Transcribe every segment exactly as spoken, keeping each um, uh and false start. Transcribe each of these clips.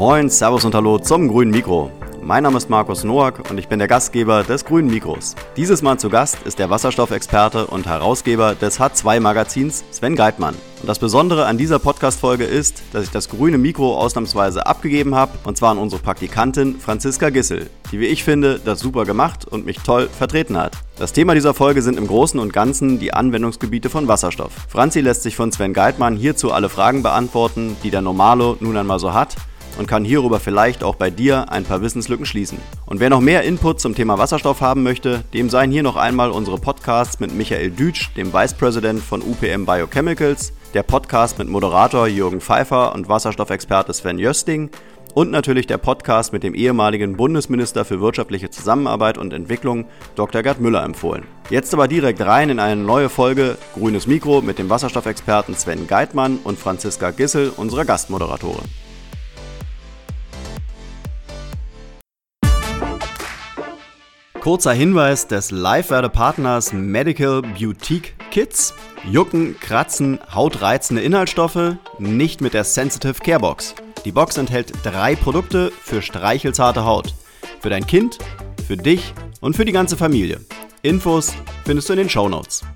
Moin, Servus und Hallo zum Grünen Mikro. Mein Name ist Markus Noack und ich bin der Gastgeber des Grünen Mikros. Dieses Mal zu Gast ist der Wasserstoffexperte und Herausgeber des H zwei Magazins Sven Geithmann. Und das Besondere an dieser Podcast-Folge ist, dass ich das Grüne Mikro ausnahmsweise abgegeben habe, und zwar an unsere Praktikantin Franziska Gissel, die, wie ich finde, das super gemacht und mich toll vertreten hat. Das Thema dieser Folge sind im Großen und Ganzen die Anwendungsgebiete von Wasserstoff. Franzi lässt sich von Sven Geithmann hierzu alle Fragen beantworten, die der Normalo nun einmal so hat, und kann hierüber vielleicht auch bei dir ein paar Wissenslücken schließen. Und wer noch mehr Input zum Thema Wasserstoff haben möchte, dem seien hier noch einmal unsere Podcasts mit Michael Dütsch, dem Vice President von U P M Biochemicals, der Podcast mit Moderator Jürgen Pfeiffer und Wasserstoffexperte Sven Jösting und natürlich der Podcast mit dem ehemaligen Bundesminister für wirtschaftliche Zusammenarbeit und Entwicklung Doktor Gerd Müller empfohlen. Jetzt aber direkt rein in eine neue Folge Grünes Mikro mit dem Wasserstoffexperten Sven Geithmann und Franziska Gissel, unserer Gastmoderatorin. Kurzer Hinweis des Live-Werdepartners Medical Boutique Kits. Jucken, kratzen, hautreizende Inhaltsstoffe, nicht mit der Sensitive Care Box. Die Box enthält drei Produkte für streichelzarte Haut. Für dein Kind, für dich und für die ganze Familie. Infos findest du in den Shownotes.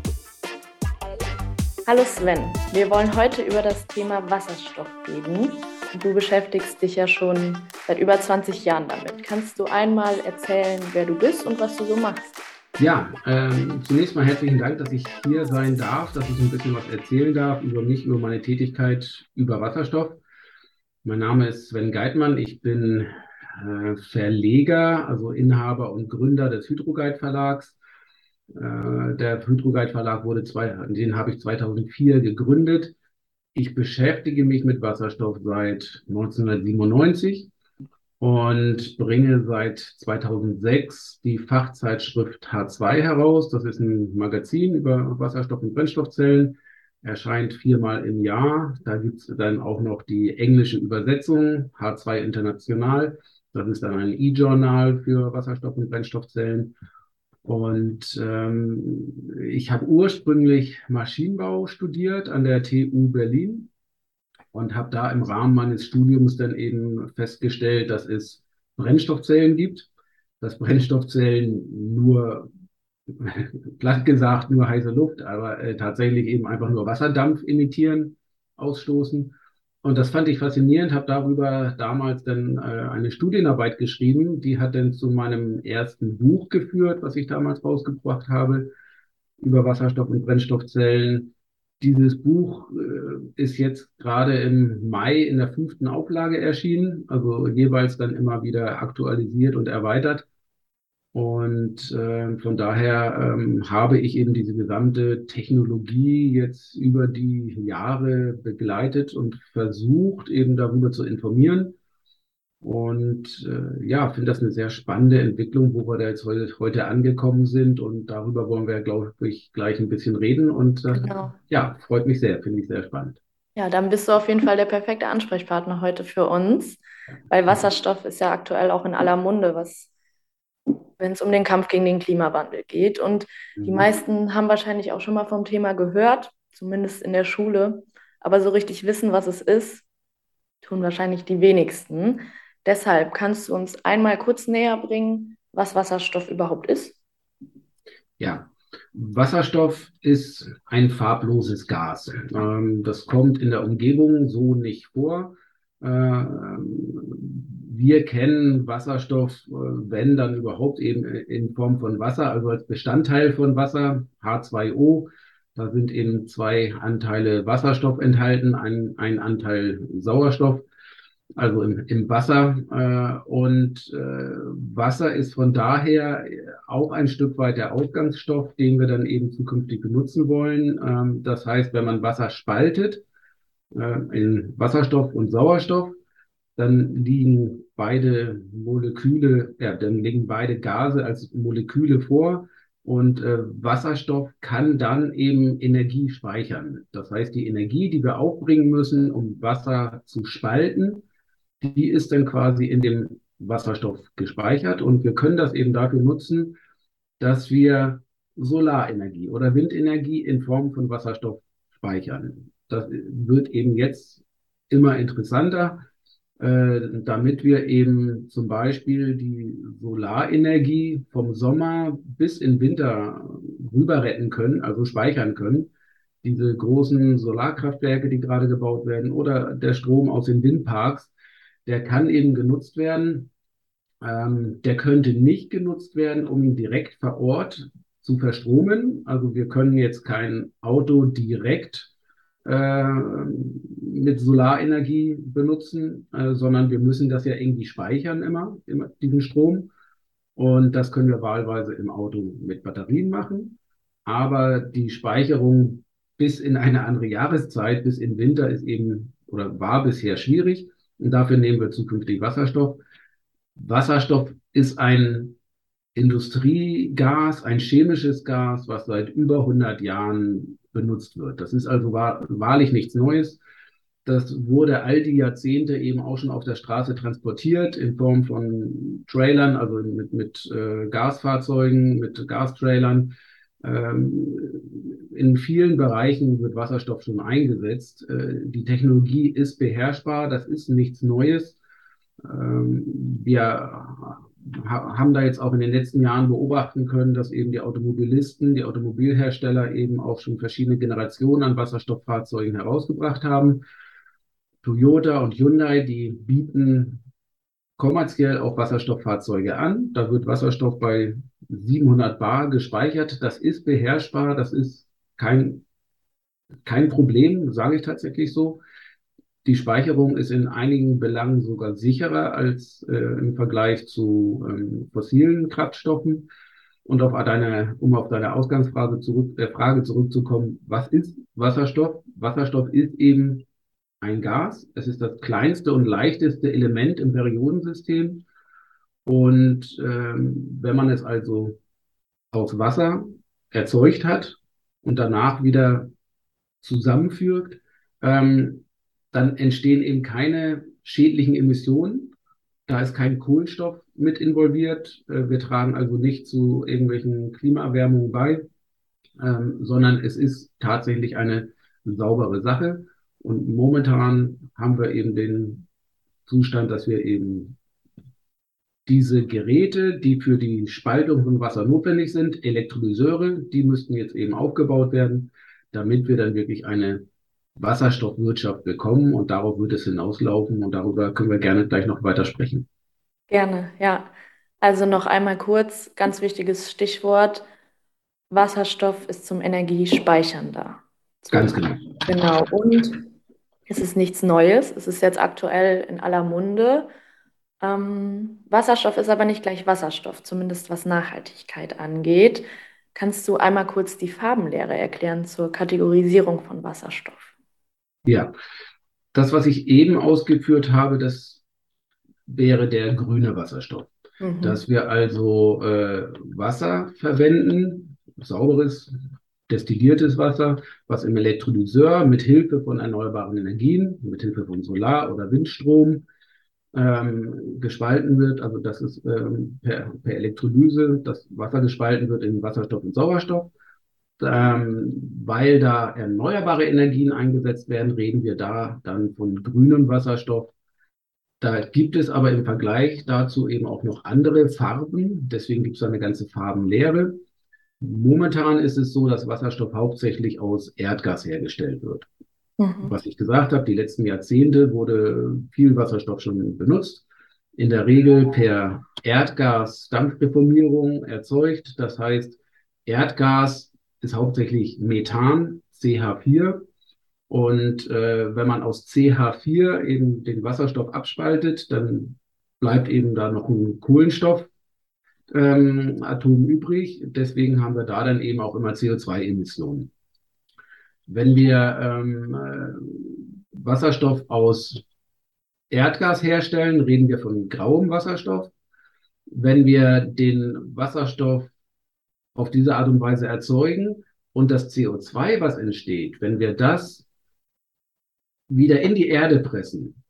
Hallo Sven, wir wollen heute über das Thema Wasserstoff reden. Du beschäftigst dich ja schon seit über zwanzig Jahren damit. Kannst du einmal erzählen, wer du bist und was du so machst? Ja, ähm, zunächst mal herzlichen Dank, dass ich hier sein darf, dass ich ein bisschen was erzählen darf über mich, über meine Tätigkeit, über Wasserstoff. Mein Name ist Sven Geithmann, ich bin äh, Verleger, also Inhaber und Gründer des Hydroguide Verlags. Äh, der Hydroguide Verlag wurde, zwei, den habe ich zweitausendvier gegründet. Ich beschäftige mich mit Wasserstoff seit neunzehnhundertsiebenundneunzig und bringe seit zweitausendsechs die Fachzeitschrift H zwei heraus. Das ist ein Magazin über Wasserstoff und Brennstoffzellen, erscheint viermal im Jahr. Da gibt es dann auch noch die englische Übersetzung, H zwei International. Das ist dann ein E-Journal für Wasserstoff und Brennstoffzellen. Und ähm, ich habe ursprünglich Maschinenbau studiert an der T U Berlin und habe da im Rahmen meines Studiums dann eben festgestellt, dass es Brennstoffzellen gibt, dass Brennstoffzellen nur, platt gesagt, nur heiße Luft, aber äh, tatsächlich eben einfach nur Wasserdampf emittieren, ausstoßen. Und das fand ich faszinierend, habe darüber damals dann äh, eine Studienarbeit geschrieben, die hat dann zu meinem ersten Buch geführt, was ich damals rausgebracht habe, über Wasserstoff und Brennstoffzellen. Dieses Buch äh, ist jetzt gerade im Mai in der fünften Auflage erschienen, also jeweils dann immer wieder aktualisiert und erweitert. Und äh, von daher ähm, habe ich eben diese gesamte Technologie jetzt über die Jahre begleitet und versucht, eben darüber zu informieren. Und äh, ja, finde das eine sehr spannende Entwicklung, wo wir da jetzt heute, heute angekommen sind. Und darüber wollen wir, glaube ich, gleich ein bisschen reden. Und äh, Genau. ja, freut mich sehr, finde ich sehr spannend. Ja, dann bist du auf jeden Fall der perfekte Ansprechpartner heute für uns, weil Wasserstoff ist ja aktuell auch in aller Munde, was, wenn es um den Kampf gegen den Klimawandel geht. Und die Mhm. meisten haben wahrscheinlich auch schon mal vom Thema gehört, zumindest in der Schule, aber so richtig wissen, was es ist, tun wahrscheinlich die wenigsten. Deshalb kannst du uns einmal kurz näher bringen, was Wasserstoff überhaupt ist? Ja, Wasserstoff ist ein farbloses Gas. Ähm, das kommt in der Umgebung so nicht vor. Ähm, wir kennen Wasserstoff, äh, wenn dann überhaupt eben in Form von Wasser, also als Bestandteil von Wasser, H zwei O. Da sind eben zwei Anteile Wasserstoff enthalten, ein, ein Anteil Sauerstoff, also im, im Wasser. Äh, und äh, Wasser ist von daher auch ein Stück weit der Ausgangsstoff, den wir dann eben zukünftig benutzen wollen. Ähm, das heißt, wenn man Wasser spaltet äh, in Wasserstoff und Sauerstoff, dann liegen beide Moleküle, ja, dann liegen beide Gase als Moleküle vor. Und äh, Wasserstoff kann dann eben Energie speichern. Das heißt, die Energie, die wir aufbringen müssen, um Wasser zu spalten, die ist dann quasi in dem Wasserstoff gespeichert und wir können das eben dafür nutzen, dass wir Solarenergie oder Windenergie in Form von Wasserstoff speichern. Das wird eben jetzt immer interessanter. äh, damit wir eben zum Beispiel die Solarenergie vom Sommer bis in Winter rüber retten können, also speichern können. Diese großen Solarkraftwerke, die gerade gebaut werden, oder der Strom aus den Windparks, der kann eben genutzt werden. Ähm, der könnte nicht genutzt werden, um ihn direkt vor Ort zu verstromen. Also wir können jetzt kein Auto direkt äh, mit Solarenergie benutzen, äh, sondern wir müssen das ja irgendwie speichern immer, immer diesen Strom. Und das können wir wahlweise im Auto mit Batterien machen. Aber die Speicherung bis in eine andere Jahreszeit, bis in Winter, ist eben oder war bisher schwierig. Und dafür nehmen wir zukünftig Wasserstoff. Wasserstoff ist ein Industriegas, ein chemisches Gas, was seit über hundert Jahren benutzt wird. Das ist also wahr, wahrlich nichts Neues. Das wurde all die Jahrzehnte eben auch schon auf der Straße transportiert in Form von Trailern, also mit, mit äh, Gasfahrzeugen, mit Gastrailern. Ähm, in vielen Bereichen wird Wasserstoff schon eingesetzt. Äh, die Technologie ist beherrschbar, das ist nichts Neues. Ähm, wir ha haben da jetzt auch in den letzten Jahren beobachten können, dass eben die Automobilisten, die Automobilhersteller eben auch schon verschiedene Generationen an Wasserstofffahrzeugen herausgebracht haben. Toyota und Hyundai, die bieten kommerziell auch Wasserstofffahrzeuge an. Da wird Wasserstoff bei siebenhundert Bar gespeichert. Das ist beherrschbar, das ist kein, kein Problem, sage ich tatsächlich so. Die Speicherung ist in einigen Belangen sogar sicherer als äh, im Vergleich zu ähm, fossilen Kraftstoffen. Und auf deine, um auf deine Ausgangsfrage zurück, äh, Frage zurückzukommen, was ist Wasserstoff? Wasserstoff ist eben ein Gas. Es ist das kleinste und leichteste Element im Periodensystem. Und ähm, wenn man es also aus Wasser erzeugt hat und danach wieder zusammenfügt, ähm, dann entstehen eben keine schädlichen Emissionen. Da ist kein Kohlenstoff mit involviert. Äh, wir tragen also nicht zu irgendwelchen Klimaerwärmungen bei, ähm, sondern es ist tatsächlich eine saubere Sache. Und momentan haben wir eben den Zustand, dass wir eben diese Geräte, die für die Spaltung von Wasser notwendig sind, Elektrolyseure, die müssten jetzt eben aufgebaut werden, damit wir dann wirklich eine Wasserstoffwirtschaft bekommen. Und darauf wird es hinauslaufen. Und darüber können wir gerne gleich noch weiter sprechen. Gerne, ja. Also noch einmal kurz, ganz wichtiges Stichwort. Wasserstoff ist zum Energiespeichern da. Ganz genau. Genau. Und es ist nichts Neues. Es ist jetzt aktuell in aller Munde. Ähm, Wasserstoff ist aber nicht gleich Wasserstoff, zumindest was Nachhaltigkeit angeht. Kannst du einmal kurz die Farbenlehre erklären zur Kategorisierung von Wasserstoff? Ja, das, was ich eben ausgeführt habe, das wäre der grüne Wasserstoff. Mhm. Dass wir also äh, Wasser verwenden, sauberes, destilliertes Wasser, was im Elektrolyseur mit Hilfe von erneuerbaren Energien, mit Hilfe von Solar- oder Windstrom ähm, gespalten wird. Also das ist ähm, per, per Elektrolyse, das Wasser gespalten wird in Wasserstoff und Sauerstoff. Ähm, weil da erneuerbare Energien eingesetzt werden, reden wir da dann von grünem Wasserstoff. Da gibt es aber im Vergleich dazu eben auch noch andere Farben. Deswegen gibt es da eine ganze Farbenlehre. Momentan ist es so, dass Wasserstoff hauptsächlich aus Erdgas hergestellt wird. Mhm. Was ich gesagt habe, die letzten Jahrzehnte wurde viel Wasserstoff schon benutzt. In der Regel per Erdgas-Dampfreformierung erzeugt. Das heißt, Erdgas ist hauptsächlich Methan, C H vier. Und äh, wenn man aus C H vier eben den Wasserstoff abspaltet, dann bleibt eben da noch ein Kohlenstoffatom ähm, übrig. Deswegen haben wir da dann eben auch immer C O zwei Emissionen. Wenn wir ähm, äh, Wasserstoff aus Erdgas herstellen, reden wir von grauem Wasserstoff. Wenn wir den Wasserstoff auf diese Art und Weise erzeugen und das C O zwei, was entsteht, wenn wir das wieder in die Erde pressen,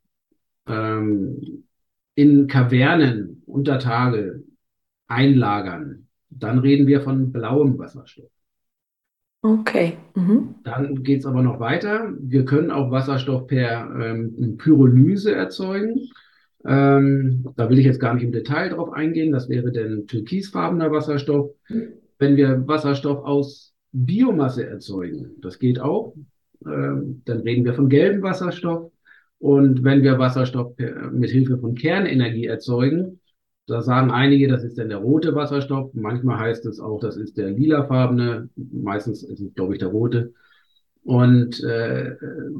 ähm, in Kavernen unter Tage einlagern, dann reden wir von blauem Wasserstoff. Okay. Mhm. Dann geht es aber noch weiter. Wir können auch Wasserstoff per ähm, Pyrolyse erzeugen. Ähm, da will ich jetzt gar nicht im Detail drauf eingehen. Das wäre dann türkisfarbener Wasserstoff. Wenn wir Wasserstoff aus Biomasse erzeugen, das geht auch, ähm, dann reden wir von gelbem Wasserstoff. Und wenn wir Wasserstoff per- mit Hilfe von Kernenergie erzeugen, da sagen einige, das ist dann der rote Wasserstoff. Manchmal heißt es auch, das ist der lilafarbene. Meistens ist es, glaube ich, der rote. Und äh,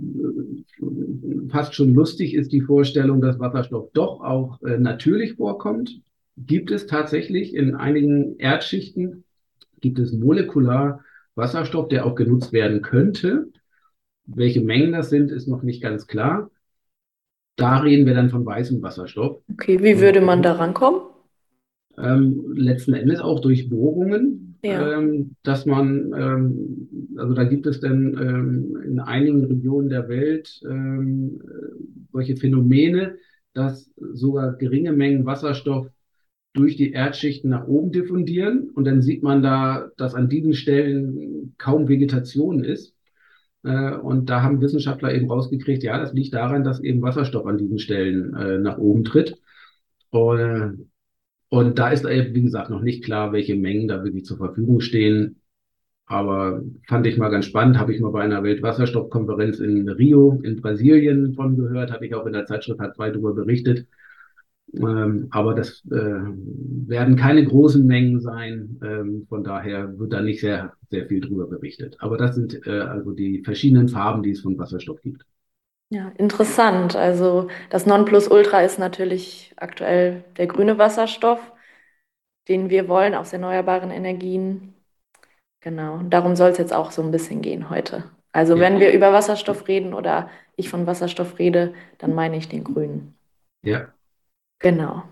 fast schon lustig ist die Vorstellung, dass Wasserstoff doch auch äh, natürlich vorkommt. Gibt es tatsächlich in einigen Erdschichten, gibt es molekular Wasserstoff, der auch genutzt werden könnte. Welche Mengen das sind, ist noch nicht ganz klar. Da reden wir dann von weißem Wasserstoff. Okay, wie würde man da rankommen? Ähm, letzten Endes auch durch Bohrungen, Ja. ähm, dass man, ähm, also da gibt es dann ähm, in einigen Regionen der Welt ähm, äh, solche Phänomene, dass sogar geringe Mengen Wasserstoff durch die Erdschichten nach oben diffundieren und dann sieht man da, dass an diesen Stellen kaum Vegetation ist. Äh, und da haben Wissenschaftler eben rausgekriegt, ja, das liegt daran, dass eben Wasserstoff an diesen Stellen äh, nach oben tritt. Und und da ist eben, wie gesagt, noch nicht klar, welche Mengen da wirklich zur Verfügung stehen. Aber fand ich mal ganz spannend, habe ich mal bei einer Weltwasserstoffkonferenz in Rio in Brasilien von gehört, habe ich auch in der Zeitschrift H zwei darüber berichtet. Ähm, aber das äh, werden keine großen Mengen sein. Ähm, von daher wird da nicht sehr, sehr viel drüber berichtet. Aber das sind äh, also die verschiedenen Farben, die es von Wasserstoff gibt. Ja, interessant. Also das Nonplusultra ist natürlich aktuell der grüne Wasserstoff, den wir wollen aus erneuerbaren Energien. Genau, und darum soll es jetzt auch so ein bisschen gehen heute. Also Ja, wenn wir über Wasserstoff reden oder ich von Wasserstoff rede, dann meine ich den grünen. ja. Genau.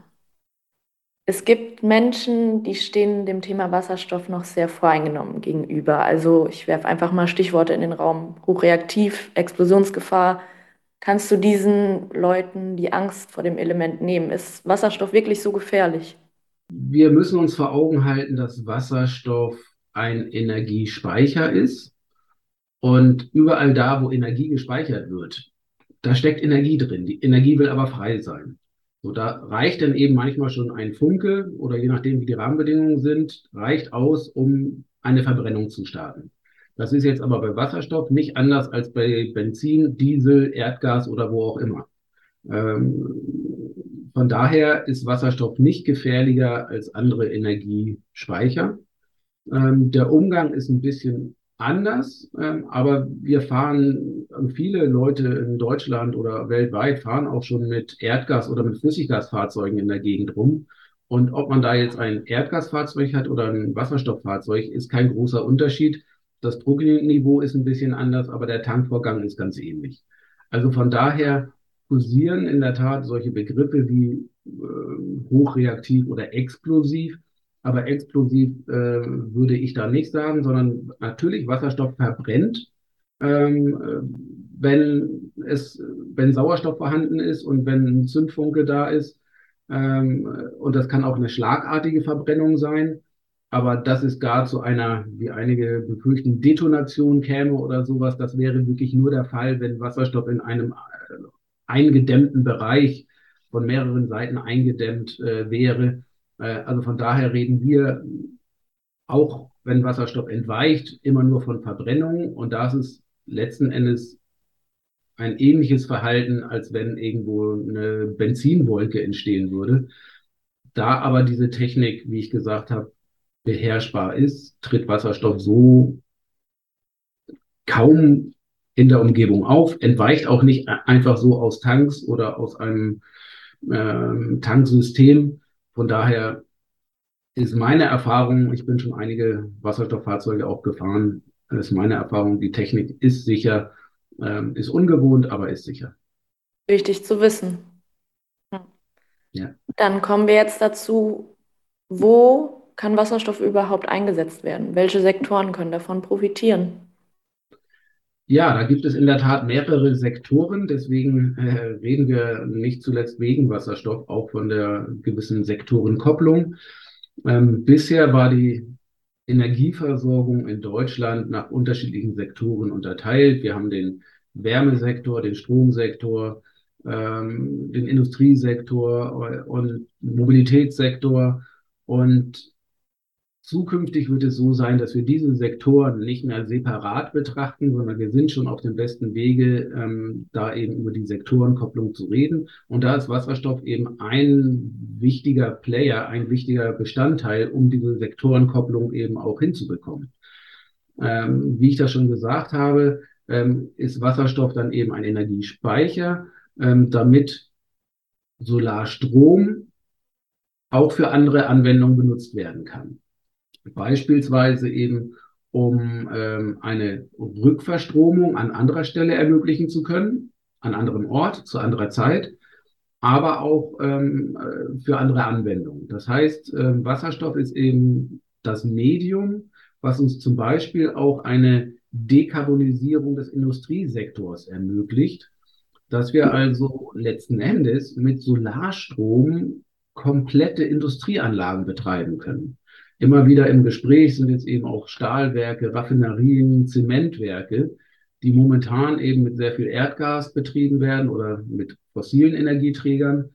Es gibt Menschen, die stehen dem Thema Wasserstoff noch sehr voreingenommen gegenüber. Also ich werfe einfach mal Stichworte in den Raum. Hochreaktiv, Explosionsgefahr. Kannst du diesen Leuten die Angst vor dem Element nehmen? Ist Wasserstoff wirklich so gefährlich? Wir müssen uns vor Augen halten, dass Wasserstoff ein Energiespeicher ist. Und überall da, wo Energie gespeichert wird, da steckt Energie drin. Die Energie will aber frei sein. So, da reicht dann eben manchmal schon ein Funke oder je nachdem, wie die Rahmenbedingungen sind, reicht aus, um eine Verbrennung zu starten. Das ist jetzt aber bei Wasserstoff nicht anders als bei Benzin, Diesel, Erdgas oder wo auch immer. Ähm, von daher ist Wasserstoff nicht gefährlicher als andere Energiespeicher. Ähm, der Umgang ist ein bisschen anders, ähm, aber wir fahren, also viele Leute in Deutschland oder weltweit fahren auch schon mit Erdgas- oder mit Flüssiggasfahrzeugen in der Gegend rum. Und ob man da jetzt ein Erdgasfahrzeug hat oder ein Wasserstofffahrzeug, ist kein großer Unterschied. Das Druckniveau ist ein bisschen anders, aber der Tankvorgang ist ganz ähnlich. Also von daher kursieren in der Tat solche Begriffe wie äh, hochreaktiv oder explosiv. Aber explosiv äh, würde ich da nicht sagen, sondern natürlich Wasserstoff verbrennt, ähm, äh, wenn es, wenn Sauerstoff vorhanden ist und wenn ein Zündfunke da ist. Ähm, und das kann auch eine schlagartige Verbrennung sein. Aber das ist gar zu einer, wie einige befürchten, Detonation käme oder sowas. Das wäre wirklich nur der Fall, wenn Wasserstoff in einem äh, eingedämmten Bereich von mehreren Seiten eingedämmt äh, wäre. Äh, also von daher reden wir, auch wenn Wasserstoff entweicht, immer nur von Verbrennung. Und da ist es letzten Endes ein ähnliches Verhalten, als wenn irgendwo eine Benzinwolke entstehen würde. Da aber diese Technik, wie ich gesagt habe, beherrschbar ist, tritt Wasserstoff so kaum in der Umgebung auf, entweicht auch nicht einfach so aus Tanks oder aus einem ähm, Tanksystem. Von daher ist meine Erfahrung, ich bin schon einige Wasserstofffahrzeuge auch gefahren, ist meine Erfahrung, die Technik ist sicher, ähm, ist ungewohnt, aber ist sicher. Wichtig zu wissen. Ja. Dann kommen wir jetzt dazu, wo kann Wasserstoff überhaupt eingesetzt werden? Welche Sektoren können davon profitieren? Ja, da gibt es in der Tat mehrere Sektoren, deswegen äh, reden wir nicht zuletzt wegen Wasserstoff auch von der gewissen Sektorenkopplung. Ähm, bisher war die Energieversorgung in Deutschland nach unterschiedlichen Sektoren unterteilt. Wir haben den Wärmesektor, den Stromsektor, ähm, den Industriesektor und Mobilitätssektor. Und zukünftig wird es so sein, dass wir diese Sektoren nicht mehr separat betrachten, sondern wir sind schon auf dem besten Wege, ähm, da eben über die Sektorenkopplung zu reden. Und da ist Wasserstoff eben ein wichtiger Player, ein wichtiger Bestandteil, um diese Sektorenkopplung eben auch hinzubekommen. Ähm, wie ich das schon gesagt habe, ähm, ist Wasserstoff dann eben ein Energiespeicher, ähm, damit Solarstrom auch für andere Anwendungen benutzt werden kann. Beispielsweise eben, um ähm, eine Rückverstromung an anderer Stelle ermöglichen zu können, an anderem Ort, zu anderer Zeit, aber auch ähm, äh, für andere Anwendungen. Das heißt, ähm, Wasserstoff ist eben das Medium, was uns zum Beispiel auch eine Dekarbonisierung des Industriesektors ermöglicht, dass wir also letzten Endes mit Solarstrom komplette Industrieanlagen betreiben können. Immer wieder im Gespräch sind jetzt eben auch Stahlwerke, Raffinerien, Zementwerke, die momentan eben mit sehr viel Erdgas betrieben werden oder mit fossilen Energieträgern.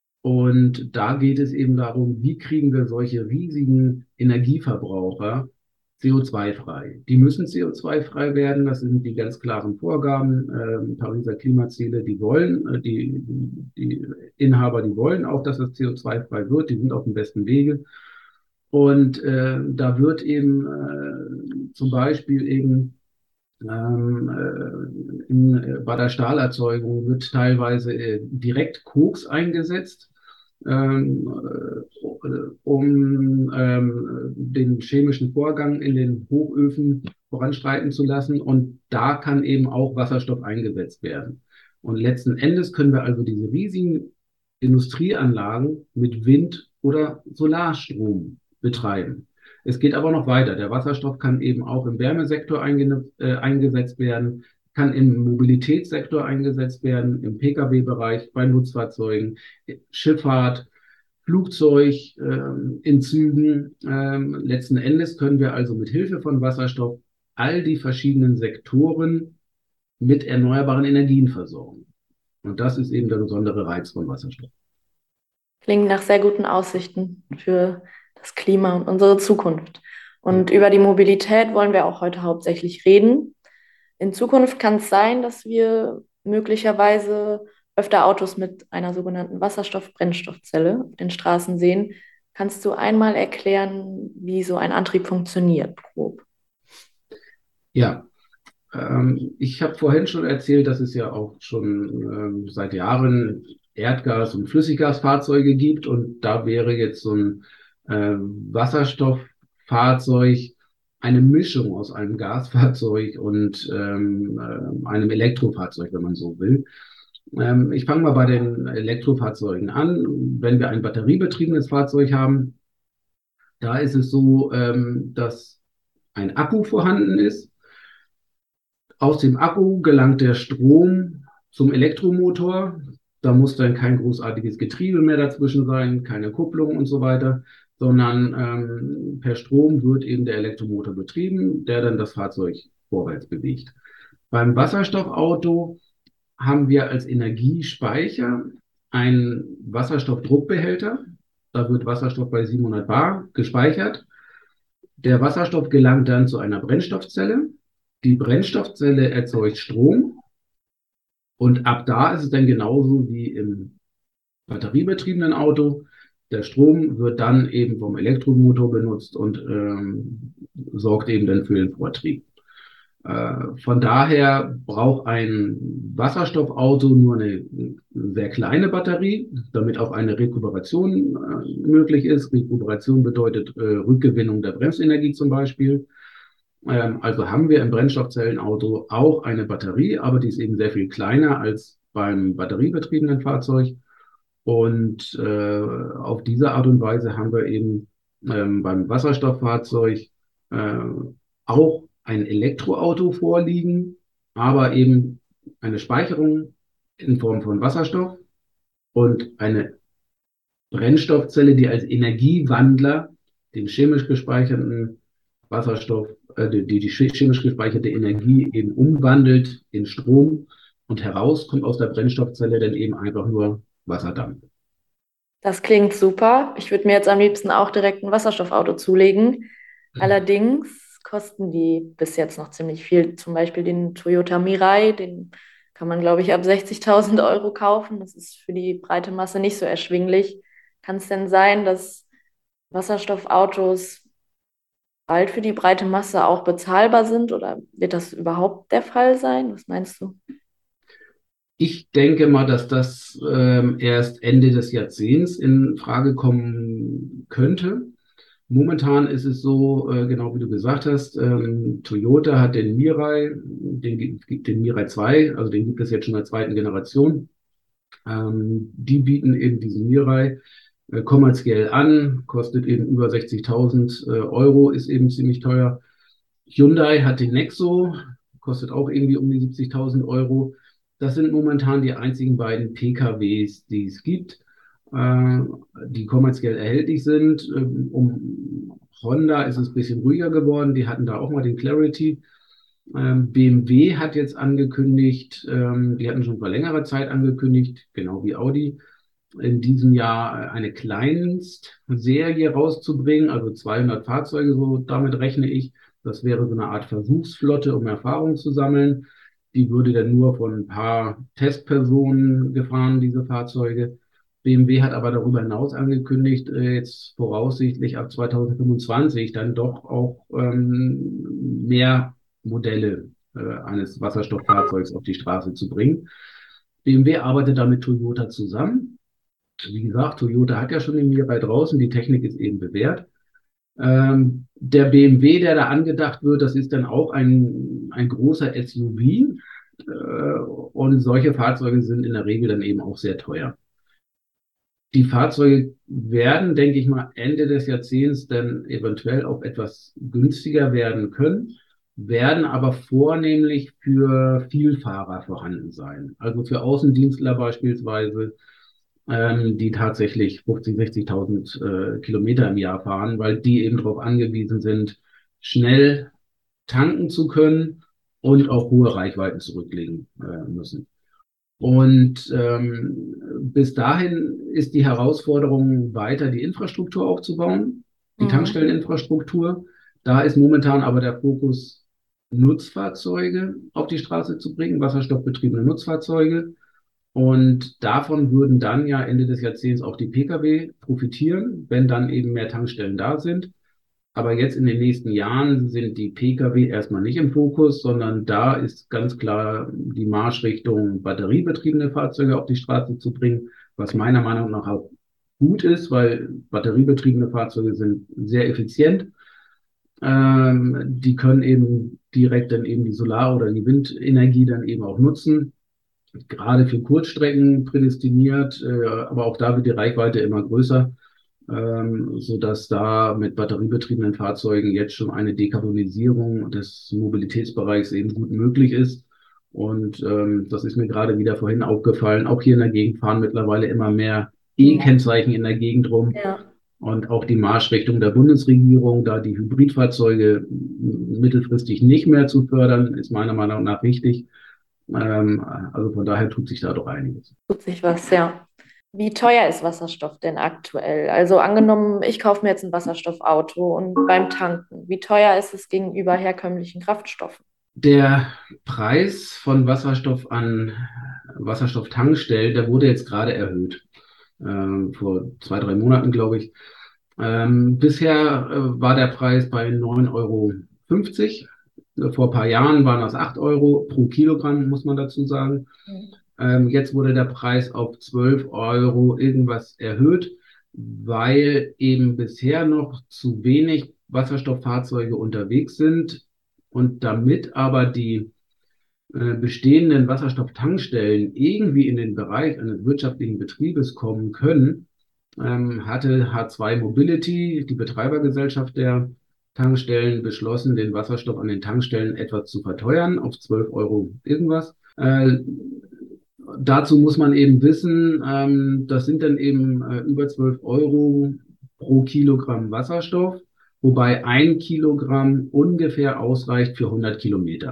Und da geht es eben darum, wie kriegen wir solche riesigen Energieverbraucher C O zwei frei. Die müssen C O zwei frei werden, das sind die ganz klaren Vorgaben, äh, Pariser Klimaziele, die wollen, äh, die, die Inhaber, die wollen auch, dass das C O zwei frei wird, die sind auf dem besten Wege. Und äh, da wird eben äh, zum Beispiel eben ähm, äh, in, äh, bei der Stahlerzeugung wird teilweise äh, direkt Koks eingesetzt, ähm, äh, um ähm, den chemischen Vorgang in den Hochöfen voranschreiten zu lassen. Und da kann eben auch Wasserstoff eingesetzt werden. Und letzten Endes können wir also diese riesigen Industrieanlagen mit Wind- oder Solarstrom betreiben. Es geht aber noch weiter. Der Wasserstoff kann eben auch im Wärmesektor einge äh, eingesetzt werden, kann im Mobilitätssektor eingesetzt werden, im Pkw-Bereich, bei Nutzfahrzeugen, Schifffahrt, Flugzeug, ähm, in Zügen. Ähm, letzten Endes können wir also mit Hilfe von Wasserstoff all die verschiedenen Sektoren mit erneuerbaren Energien versorgen. Und das ist eben der besondere Reiz von Wasserstoff. Klingt nach sehr guten Aussichten für das Klima und unsere Zukunft. Und über die Mobilität wollen wir auch heute hauptsächlich reden. In Zukunft kann es sein, dass wir möglicherweise öfter Autos mit einer sogenannten Wasserstoff-Brennstoffzelle auf den Straßen sehen. Kannst du einmal erklären, wie so ein Antrieb funktioniert, grob? Ja, ähm, ich habe vorhin schon erzählt, dass es ja auch schon ähm, seit Jahren Erdgas- und Flüssiggasfahrzeuge gibt. Und da wäre jetzt so ein äh, Wasserstofffahrzeug eine Mischung aus einem Gasfahrzeug und ähm, äh, einem Elektrofahrzeug, wenn man so will. Ähm, ich fange mal bei den Elektrofahrzeugen an. Wenn wir ein batteriebetriebenes Fahrzeug haben, da ist es so, ähm, dass ein Akku vorhanden ist. Aus dem Akku gelangt der Strom zum Elektromotor. Da muss dann kein großartiges Getriebe mehr dazwischen sein, keine Kupplung und so weiter, sondern ähm, per Strom wird eben der Elektromotor betrieben, der dann das Fahrzeug vorwärts bewegt. Beim Wasserstoffauto haben wir als Energiespeicher einen Wasserstoffdruckbehälter. Da wird Wasserstoff bei siebenhundert Bar gespeichert. Der Wasserstoff gelangt dann zu einer Brennstoffzelle. Die Brennstoffzelle erzeugt Strom. Und ab da ist es dann genauso wie im batteriebetriebenen Auto. Der Strom wird dann eben vom Elektromotor benutzt und ähm, sorgt eben dann für den Vortrieb. Äh, von daher braucht ein Wasserstoffauto nur eine sehr kleine Batterie, damit auch eine Rekuperation äh, möglich ist. Rekuperation bedeutet äh, Rückgewinnung der Bremsenergie zum Beispiel. Ähm, also haben wir im Brennstoffzellenauto auch eine Batterie, aber die ist eben sehr viel kleiner als beim batteriebetriebenen Fahrzeug. Und äh, auf diese Art und Weise haben wir eben ähm, beim Wasserstofffahrzeug äh, auch ein Elektroauto vorliegen, aber eben eine Speicherung in Form von Wasserstoff und eine Brennstoffzelle, die als Energiewandler den chemisch gespeicherten Wasserstoff, äh, die, die chemisch gespeicherte Energie eben umwandelt in Strom und heraus kommt aus der Brennstoffzelle dann eben einfach nur Wasserdampf. Das klingt super. Ich würde mir jetzt am liebsten auch direkt ein Wasserstoffauto zulegen. Allerdings kosten die bis jetzt noch ziemlich viel. Zum Beispiel den Toyota Mirai, den kann man, glaube ich, ab sechzigtausend Euro kaufen. Das ist für die breite Masse nicht so erschwinglich. Kann es denn sein, dass Wasserstoffautos bald für die breite Masse auch bezahlbar sind, oder wird das überhaupt der Fall sein? Was meinst du? Ich denke mal, dass das ähm, erst Ende des Jahrzehnts in Frage kommen könnte. Momentan ist es so, äh, genau wie du gesagt hast, ähm, Toyota hat den Mirai, den, gibt- den Mirai zwei, also den gibt es jetzt schon in der zweiten Generation. Ähm, die bieten eben diesen Mirai äh, kommerziell an, kostet eben über sechzigtausend äh, Euro, ist eben ziemlich teuer. Hyundai hat den Nexo, kostet auch irgendwie um die siebzigtausend Euro. Das sind momentan die einzigen beiden P K Ws, die es gibt, äh, die kommerziell erhältlich sind. Ähm, Um Honda ist es ein bisschen ruhiger geworden. Die hatten da auch mal den Clarity. Ähm, B M W hat jetzt angekündigt, ähm, die hatten schon vor längerer Zeit angekündigt, genau wie Audi, in diesem Jahr eine Kleinstserie rauszubringen, also zweihundert Fahrzeuge, so damit rechne ich. Das wäre so eine Art Versuchsflotte, um Erfahrung zu sammeln. Die würde dann nur von ein paar Testpersonen gefahren, diese Fahrzeuge. B M W hat aber darüber hinaus angekündigt, äh, jetzt voraussichtlich ab zweitausendfünfundzwanzig dann doch auch ähm, mehr Modelle äh, eines Wasserstofffahrzeugs auf die Straße zu bringen. B M W arbeitet da mit Toyota zusammen. Wie gesagt, Toyota hat ja schon den Mirai draußen, die Technik ist eben bewährt. Ähm, der B M W, der da angedacht wird, das ist dann auch ein, ein großer S U V. Äh, und solche Fahrzeuge sind in der Regel dann eben auch sehr teuer. Die Fahrzeuge werden, denke ich mal, Ende des Jahrzehnts dann eventuell auch etwas günstiger werden können, werden aber vornehmlich für Vielfahrer vorhanden sein. Also für Außendienstler beispielsweise, ähm, die tatsächlich fünfzigtausend, sechzigtausend äh, Kilometer im Jahr fahren, weil die eben darauf angewiesen sind, schnell tanken zu können und auch hohe Reichweiten zurücklegen äh, müssen. Und ähm, bis dahin ist die Herausforderung, weiter die Infrastruktur aufzubauen, die Mhm. Tankstelleninfrastruktur. Da ist momentan aber der Fokus, Nutzfahrzeuge auf die Straße zu bringen, wasserstoffbetriebene Nutzfahrzeuge. Und davon würden dann ja Ende des Jahrzehnts auch die P K W profitieren, wenn dann eben mehr Tankstellen da sind. Aber jetzt in den nächsten Jahren sind die P K W erstmal nicht im Fokus, sondern da ist ganz klar die Marschrichtung, batteriebetriebene Fahrzeuge auf die Straße zu bringen, was meiner Meinung nach auch gut ist, weil batteriebetriebene Fahrzeuge sind sehr effizient. Ähm, die können eben direkt dann eben die Solar- oder die Windenergie dann eben auch nutzen, gerade für Kurzstrecken prädestiniert, äh, aber auch da wird die Reichweite immer größer, ähm, sodass da mit batteriebetriebenen Fahrzeugen jetzt schon eine Dekarbonisierung des Mobilitätsbereichs eben gut möglich ist. Und ähm, das ist mir gerade wieder vorhin aufgefallen. Auch hier in der Gegend fahren mittlerweile immer mehr E-Kennzeichen in der Gegend rum. Ja. Und auch die Marschrichtung der Bundesregierung, da die Hybridfahrzeuge mittelfristig nicht mehr zu fördern, ist meiner Meinung nach wichtig. Ähm, also von daher tut sich da doch einiges. Tut sich was, ja. Wie teuer ist Wasserstoff denn aktuell? Also angenommen, ich kaufe mir jetzt ein Wasserstoffauto und beim Tanken, wie teuer ist es gegenüber herkömmlichen Kraftstoffen? Der Preis von Wasserstoff an Wasserstofftankstellen, der wurde jetzt gerade erhöht. Ähm, vor zwei, drei Monaten, glaube ich. Ähm, bisher äh, war der Preis bei neun Euro fünfzig. Vor ein paar Jahren waren das acht Euro pro Kilogramm, muss man dazu sagen. Ähm, jetzt wurde der Preis auf zwölf Euro irgendwas erhöht, weil eben bisher noch zu wenig Wasserstofffahrzeuge unterwegs sind. Und damit aber die äh, bestehenden Wasserstofftankstellen irgendwie in den Bereich eines wirtschaftlichen Betriebes kommen können, ähm, hatte H zwei Mobility, die Betreibergesellschaft der Tankstellen, beschlossen, den Wasserstoff an den Tankstellen etwas zu verteuern auf zwölf Euro irgendwas. Äh, Dazu muss man eben wissen, ähm, das sind dann eben äh, über zwölf Euro pro Kilogramm Wasserstoff, wobei ein Kilogramm ungefähr ausreicht für hundert Kilometer.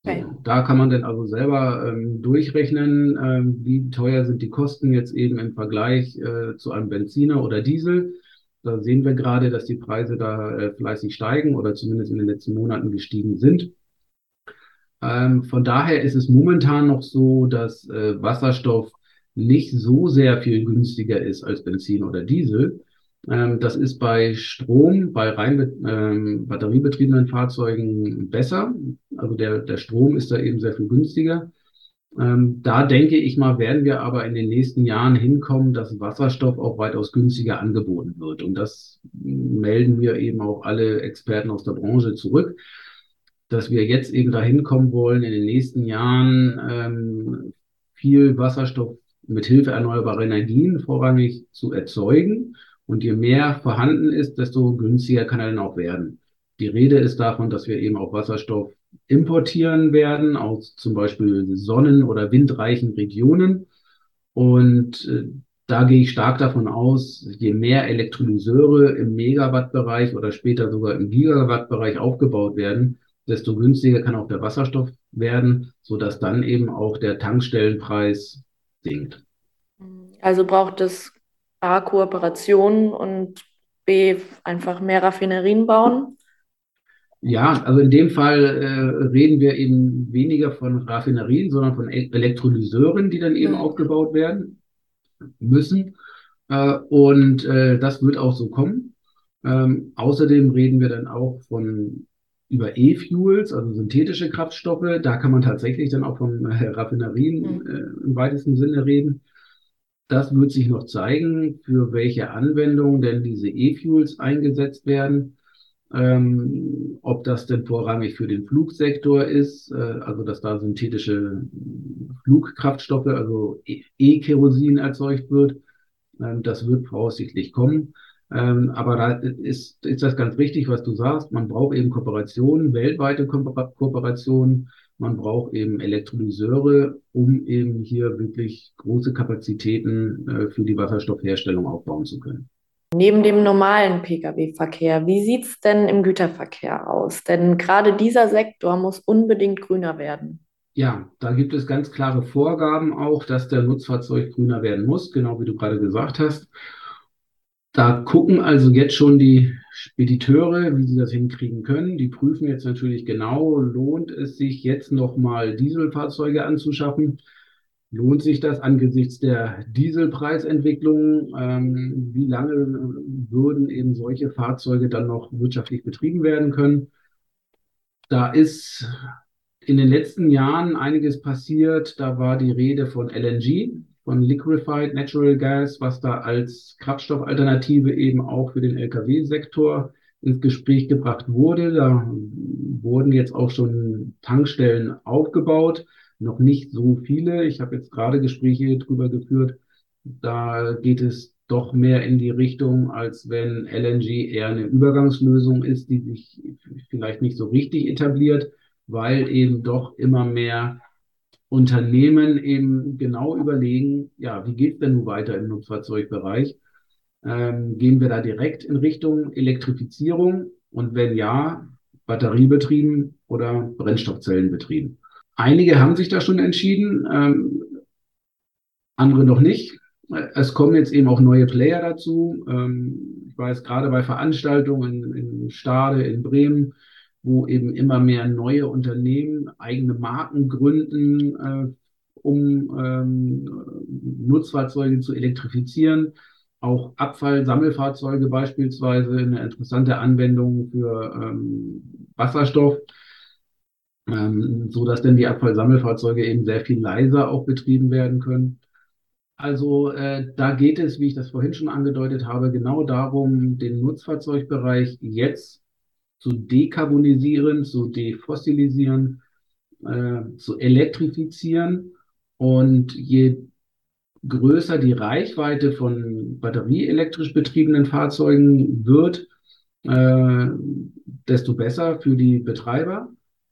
Okay. So, da kann man dann also selber ähm, durchrechnen, ähm, wie teuer sind die Kosten jetzt eben im Vergleich äh, zu einem Benziner oder Diesel. Da sehen wir gerade, dass die Preise da äh, fleißig steigen oder zumindest in den letzten Monaten gestiegen sind. Ähm, von daher ist es momentan noch so, dass äh, Wasserstoff nicht so sehr viel günstiger ist als Benzin oder Diesel. Ähm, das ist bei Strom, bei rein ähm, batteriebetriebenen Fahrzeugen besser. Also der, der Strom ist da eben sehr viel günstiger. Ähm, da denke ich mal, werden wir aber in den nächsten Jahren hinkommen, dass Wasserstoff auch weitaus günstiger angeboten wird. Und das melden wir eben auch alle Experten aus der Branche zurück, dass wir jetzt eben dahin kommen wollen, in den nächsten Jahren ähm, viel Wasserstoff mit Hilfe erneuerbarer Energien vorrangig zu erzeugen. Und je mehr vorhanden ist, desto günstiger kann er dann auch werden. Die Rede ist davon, dass wir eben auch Wasserstoff importieren werden aus zum Beispiel sonnen- oder windreichen Regionen. Und äh, da gehe ich stark davon aus, je mehr Elektrolyseure im Megawattbereich oder später sogar im Gigawattbereich aufgebaut werden, desto günstiger kann auch der Wasserstoff werden, sodass dann eben auch der Tankstellenpreis sinkt. Also braucht es A, Kooperationen und B, einfach mehr Raffinerien bauen. Ja, also in dem Fall äh, reden wir eben weniger von Raffinerien, sondern von E- Elektrolyseuren, die dann eben Mhm. aufgebaut werden müssen. Äh, und äh, das wird auch so kommen. Ähm, außerdem reden wir dann auch von über E-Fuels, also synthetische Kraftstoffe. Da kann man tatsächlich dann auch von äh, Raffinerien Mhm. äh, im weitesten Sinne reden. Das wird sich noch zeigen, für welche Anwendungen denn diese E-Fuels eingesetzt werden. Ähm, ob das denn vorrangig für den Flugsektor ist, äh, also dass da synthetische Flugkraftstoffe, also E- E-Kerosin erzeugt wird. Ähm, das wird voraussichtlich kommen. Ähm, aber da ist, ist das ganz richtig, was du sagst. Man braucht eben Kooperationen, weltweite Ko- Kooperationen. Man braucht eben Elektrolyseure, um eben hier wirklich große Kapazitäten äh, für die Wasserstoffherstellung aufbauen zu können. Neben dem normalen Pkw-Verkehr, wie sieht es denn im Güterverkehr aus? Denn gerade dieser Sektor muss unbedingt grüner werden. Ja, da gibt es ganz klare Vorgaben auch, dass der Nutzfahrzeug grüner werden muss, genau wie du gerade gesagt hast. Da gucken also jetzt schon die Spediteure, wie sie das hinkriegen können. Die prüfen jetzt natürlich genau, lohnt es sich jetzt nochmal Dieselfahrzeuge anzuschaffen? Lohnt sich das angesichts der Dieselpreisentwicklung? Ähm, wie lange würden eben solche Fahrzeuge dann noch wirtschaftlich betrieben werden können? Da ist in den letzten Jahren einiges passiert. Da war die Rede von L N G, von Liquefied Natural Gas, was da als Kraftstoffalternative eben auch für den L K W-Sektor ins Gespräch gebracht wurde. Da wurden jetzt auch schon Tankstellen aufgebaut, noch nicht so viele. Ich habe jetzt gerade Gespräche darüber geführt. Da geht es doch mehr in die Richtung, als wenn L N G eher eine Übergangslösung ist, die sich vielleicht nicht so richtig etabliert, weil eben doch immer mehr Unternehmen eben genau überlegen, ja, wie geht es denn nun weiter im Nutzfahrzeugbereich? Ähm, gehen wir da direkt in Richtung Elektrifizierung? Und wenn ja, batteriebetrieben oder Brennstoffzellenbetrieben? Einige haben sich da schon entschieden, ähm, andere noch nicht. Es kommen jetzt eben auch neue Player dazu. Ähm, ich weiß gerade bei Veranstaltungen in Stade, in Bremen, wo eben immer mehr neue Unternehmen eigene Marken gründen, äh, um ähm, Nutzfahrzeuge zu elektrifizieren. Auch Abfallsammelfahrzeuge beispielsweise eine interessante Anwendung für ähm, Wasserstoff, ähm, so dass denn die Abfallsammelfahrzeuge eben sehr viel leiser auch betrieben werden können. Also äh, da geht es, wie ich das vorhin schon angedeutet habe, genau darum, den Nutzfahrzeugbereich jetzt zu dekarbonisieren, zu defossilisieren, äh, zu elektrifizieren. Und je größer die Reichweite von batterieelektrisch betriebenen Fahrzeugen wird, äh, desto besser für die Betreiber.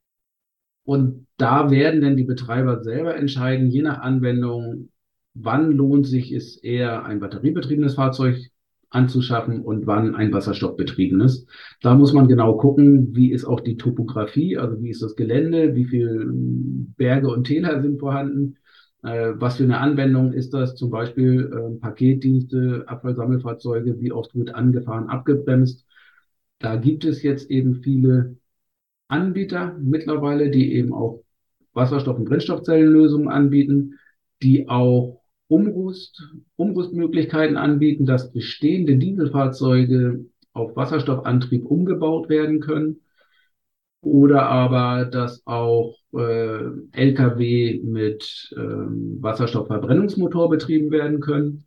Und da werden dann die Betreiber selber entscheiden, je nach Anwendung, wann lohnt sich es eher, ein batteriebetriebenes Fahrzeug anzuschaffen und wann ein wasserstoffbetriebenes. Da muss man genau gucken, wie ist auch die Topografie, also wie ist das Gelände, wie viele Berge und Täler sind vorhanden, äh, was für eine Anwendung ist das, zum Beispiel äh, Paketdienste, Abfallsammelfahrzeuge, wie oft wird angefahren, abgebremst. Da gibt es jetzt eben viele Anbieter mittlerweile, die eben auch Wasserstoff- und Brennstoffzellenlösungen anbieten, die auch Umrüst, Umrüstmöglichkeiten anbieten, dass bestehende Dieselfahrzeuge auf Wasserstoffantrieb umgebaut werden können oder aber, dass auch äh, L K W mit ähm, Wasserstoffverbrennungsmotor betrieben werden können.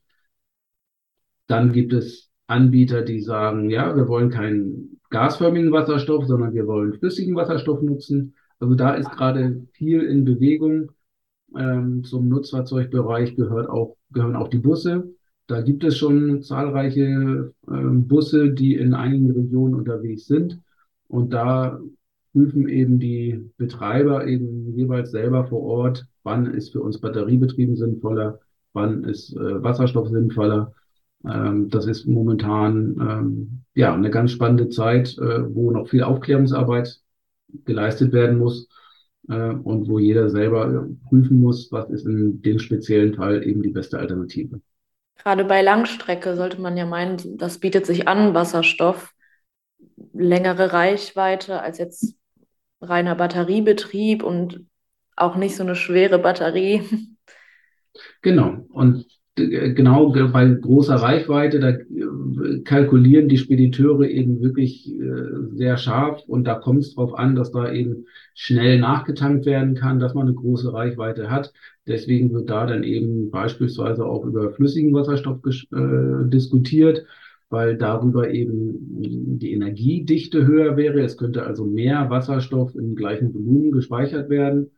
Dann gibt es Anbieter, die sagen, ja, wir wollen keinen gasförmigen Wasserstoff, sondern wir wollen flüssigen Wasserstoff nutzen. Also da ist gerade viel in Bewegung. Ähm, zum Nutzfahrzeugbereich gehört auch, gehören auch die Busse. Da gibt es schon zahlreiche ähm, Busse, die in einigen Regionen unterwegs sind. Und da prüfen eben die Betreiber eben jeweils selber vor Ort, wann ist für uns batteriebetrieben sinnvoller, wann ist äh, Wasserstoff sinnvoller. Ähm, das ist momentan ähm, ja eine ganz spannende Zeit, äh, wo noch viel Aufklärungsarbeit geleistet werden muss äh, und wo jeder selber äh, prüfen muss, was ist in dem speziellen Fall eben die beste Alternative. Gerade bei Langstrecke sollte man ja meinen, das bietet sich an, Wasserstoff, längere Reichweite als jetzt reiner Batteriebetrieb und auch nicht so eine schwere Batterie. Genau. Und äh, genau ge- bei großer Reichweite, da äh, kalkulieren die Spediteure eben wirklich äh, sehr scharf und da kommt es darauf an, dass da eben schnell nachgetankt werden kann, dass man eine große Reichweite hat. Deswegen wird da dann eben beispielsweise auch über flüssigen Wasserstoff ges- äh, diskutiert, weil darüber eben die Energiedichte höher wäre. Es könnte also mehr Wasserstoff im gleichen Volumen gespeichert werden.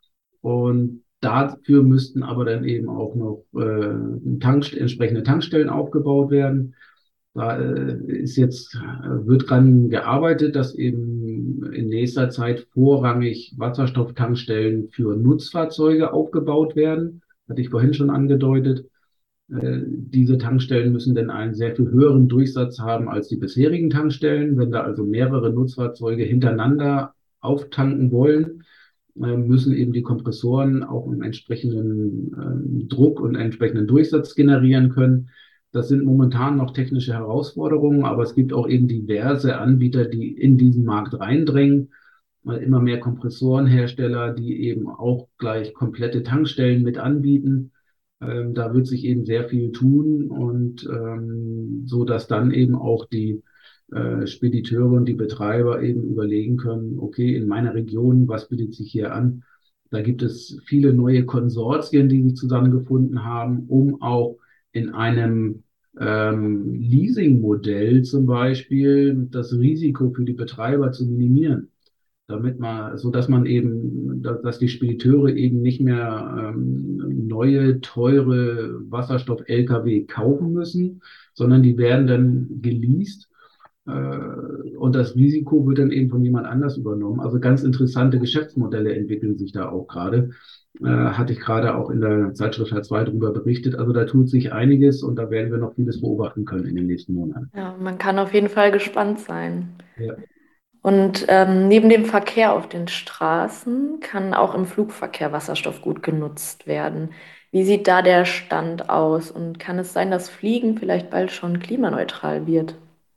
Und dafür müssten aber dann eben auch noch äh, Tank, entsprechende Tankstellen aufgebaut werden. Da äh, ist jetzt, äh, wird dran gearbeitet, dass eben in nächster Zeit vorrangig Wasserstofftankstellen für Nutzfahrzeuge aufgebaut werden. Hatte ich vorhin schon angedeutet. Äh, diese Tankstellen müssen dann einen sehr viel höheren Durchsatz haben als die bisherigen Tankstellen. Wenn da also mehrere Nutzfahrzeuge hintereinander auftanken wollen, äh, müssen eben die Kompressoren auch einen entsprechenden ähm, Druck und entsprechenden Durchsatz generieren können. Das sind momentan noch technische Herausforderungen, aber es gibt auch eben diverse Anbieter, die in diesen Markt reindrängen. Äh, Immer mehr Kompressorenhersteller, die eben auch gleich komplette Tankstellen mit anbieten. Ähm, da wird sich eben sehr viel tun und ähm, so, dass dann eben auch die äh, Spediteure und die Betreiber eben überlegen können, okay, in meiner Region, was bietet sich hier an? Da gibt es viele neue Konsortien, die sich zusammengefunden haben, um auch in einem ähm, Leasing-Modell zum Beispiel das Risiko für die Betreiber zu minimieren, damit man, so dass man eben, dass, dass die Spediteure eben nicht mehr ähm, neue, teure Wasserstoff-L K W kaufen müssen, sondern die werden dann geleast äh, und das Risiko wird dann eben von jemand anders übernommen. Also ganz interessante Geschäftsmodelle entwickeln sich da auch gerade. Äh, hatte ich gerade auch in der Zeitschrift H zwei darüber berichtet. Also da tut sich einiges und da werden wir noch vieles beobachten können in den nächsten Monaten. Ja, man kann auf jeden Fall gespannt sein. Ja. Und ähm, neben dem Verkehr auf den Straßen kann auch im Flugverkehr Wasserstoff gut genutzt werden. Wie sieht da der Stand aus? Und kann es sein, dass Fliegen vielleicht bald schon klimaneutral wird?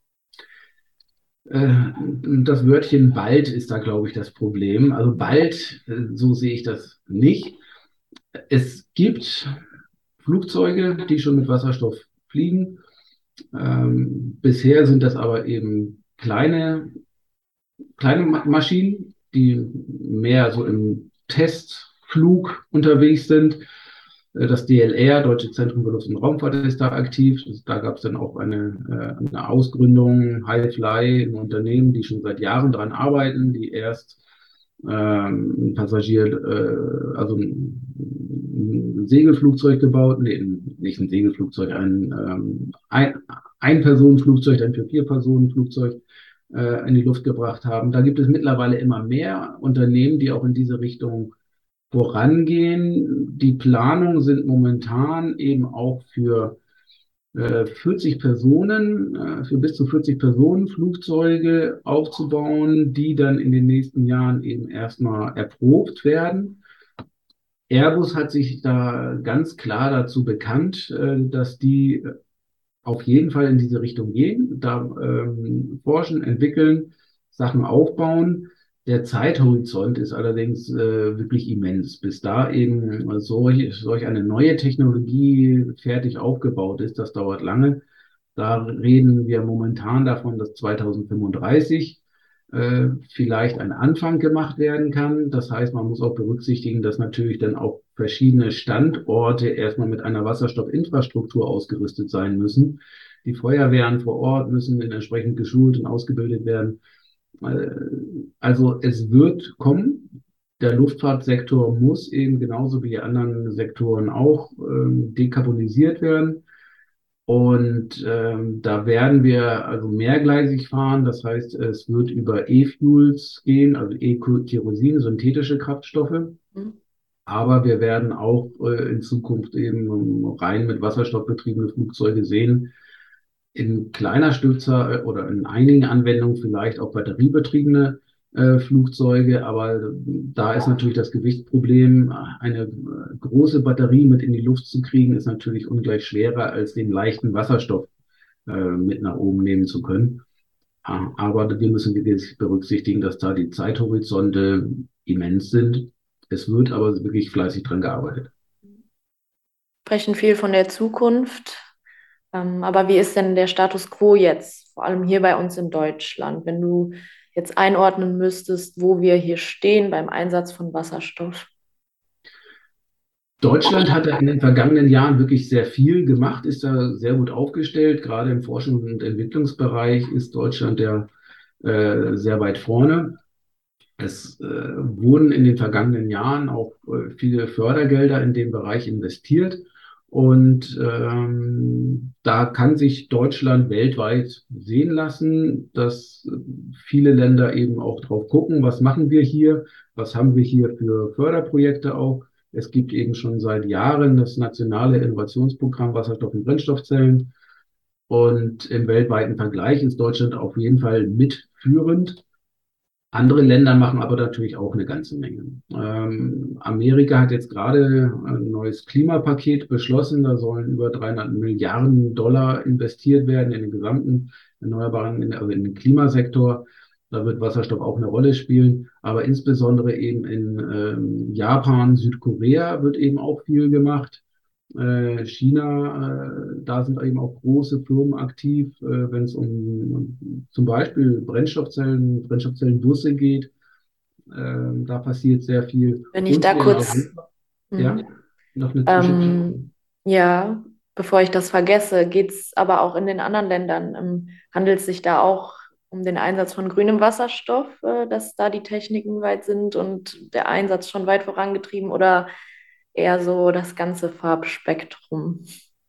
Äh, Das Wörtchen bald ist da, glaube ich, das Problem. Also bald, äh, so sehe ich das nicht. Es gibt Flugzeuge, die schon mit Wasserstoff fliegen. Ähm, bisher sind das aber eben kleine, kleine Ma- Maschinen, die mehr so im Testflug unterwegs sind. Äh, Das D L R, Deutsche Zentrum für Luft- und Raumfahrt, ist da aktiv. Das- Da gab es dann auch eine, äh, eine Ausgründung, HiFly, ein Unternehmen, die schon seit Jahren daran arbeiten, die erst ähm, ein Passagier, äh, also ein, ein Segelflugzeug gebaut, nee, nicht ein Segelflugzeug, ein, ähm, ein Ein-Personen-Flugzeug, dann für Vier-Personen-Flugzeug äh, in die Luft gebracht haben. Da gibt es mittlerweile immer mehr Unternehmen, die auch in diese Richtung vorangehen. Die Planungen sind momentan eben auch für äh, vierzig Personen, äh, für bis zu vierzig Personen Flugzeuge aufzubauen, die dann in den nächsten Jahren eben erstmal erprobt werden. Airbus hat sich da ganz klar dazu bekannt, äh, dass die auf jeden Fall in diese Richtung gehen, da ähm, forschen, entwickeln, Sachen aufbauen. Der Zeithorizont ist allerdings äh, wirklich immens, bis da eben solch, solch eine neue Technologie fertig aufgebaut ist. Das dauert lange. Da reden wir momentan davon, dass zweitausendfünfunddreißig äh, vielleicht ein Anfang gemacht werden kann. Das heißt, man muss auch berücksichtigen, dass natürlich dann auch verschiedene Standorte erstmal mit einer Wasserstoffinfrastruktur ausgerüstet sein müssen. Die Feuerwehren vor Ort müssen entsprechend geschult und ausgebildet werden. Äh, Also es wird kommen. Der Luftfahrtsektor muss eben genauso wie die anderen Sektoren auch ähm, dekarbonisiert werden. Und ähm, da werden wir also mehrgleisig fahren. Das heißt, es wird über E-Fuels gehen, also E-Kerosin, synthetische Kraftstoffe. Mhm. Aber wir werden auch äh, in Zukunft eben ähm, rein mit Wasserstoff betriebene Flugzeuge sehen. In kleiner Stückzahl oder in einigen Anwendungen vielleicht auch batteriebetriebene äh, Flugzeuge. Aber da ist natürlich das Gewichtsproblem. Eine äh, große Batterie mit in die Luft zu kriegen, ist natürlich ungleich schwerer, als den leichten Wasserstoff äh, mit nach oben nehmen zu können. Ah, Aber wir müssen wirklich berücksichtigen, dass da die Zeithorizonte immens sind. Es wird aber wirklich fleißig dran gearbeitet. Sprechen viel von der Zukunft. Ähm, aber wie ist denn der Status quo jetzt, vor allem hier bei uns in Deutschland, wenn du jetzt einordnen müsstest, wo wir hier stehen beim Einsatz von Wasserstoff? Deutschland hat da in den vergangenen Jahren wirklich sehr viel gemacht, ist da sehr gut aufgestellt. Gerade im Forschungs- und Entwicklungsbereich ist Deutschland ja äh, sehr weit vorne. Es äh, wurden in den vergangenen Jahren auch äh, viele Fördergelder in dem Bereich investiert. Und ähm, da kann sich Deutschland weltweit sehen lassen, dass viele Länder eben auch drauf gucken, was machen wir hier, was haben wir hier für Förderprojekte auch. Es gibt eben schon seit Jahren das nationale Innovationsprogramm Wasserstoff- und Brennstoffzellen. Und im weltweiten Vergleich ist Deutschland auf jeden Fall mitführend. Andere Länder machen aber natürlich auch eine ganze Menge. Ähm, Amerika hat jetzt gerade ein neues Klimapaket beschlossen. Da sollen über dreihundert Milliarden Dollar investiert werden in den gesamten erneuerbaren, also in den Klimasektor. Da wird Wasserstoff auch eine Rolle spielen. Aber insbesondere eben in ähm, Japan, Südkorea wird eben auch viel gemacht. Äh, China, äh, da sind eben auch große Firmen aktiv, äh, wenn es um, um zum Beispiel Brennstoffzellen, Brennstoffzellenbusse geht. Ähm, da passiert sehr viel. Wenn ich Und da hier in kurz, Europa, ja, mhm. noch eine Zwischenfrage. ähm, ja, bevor ich das vergesse, geht es aber auch in den anderen Ländern, ähm, handelt es sich da auch um den Einsatz von grünem Wasserstoff, äh, dass da die Techniken weit sind und der Einsatz schon weit vorangetrieben oder eher so das ganze Farbspektrum?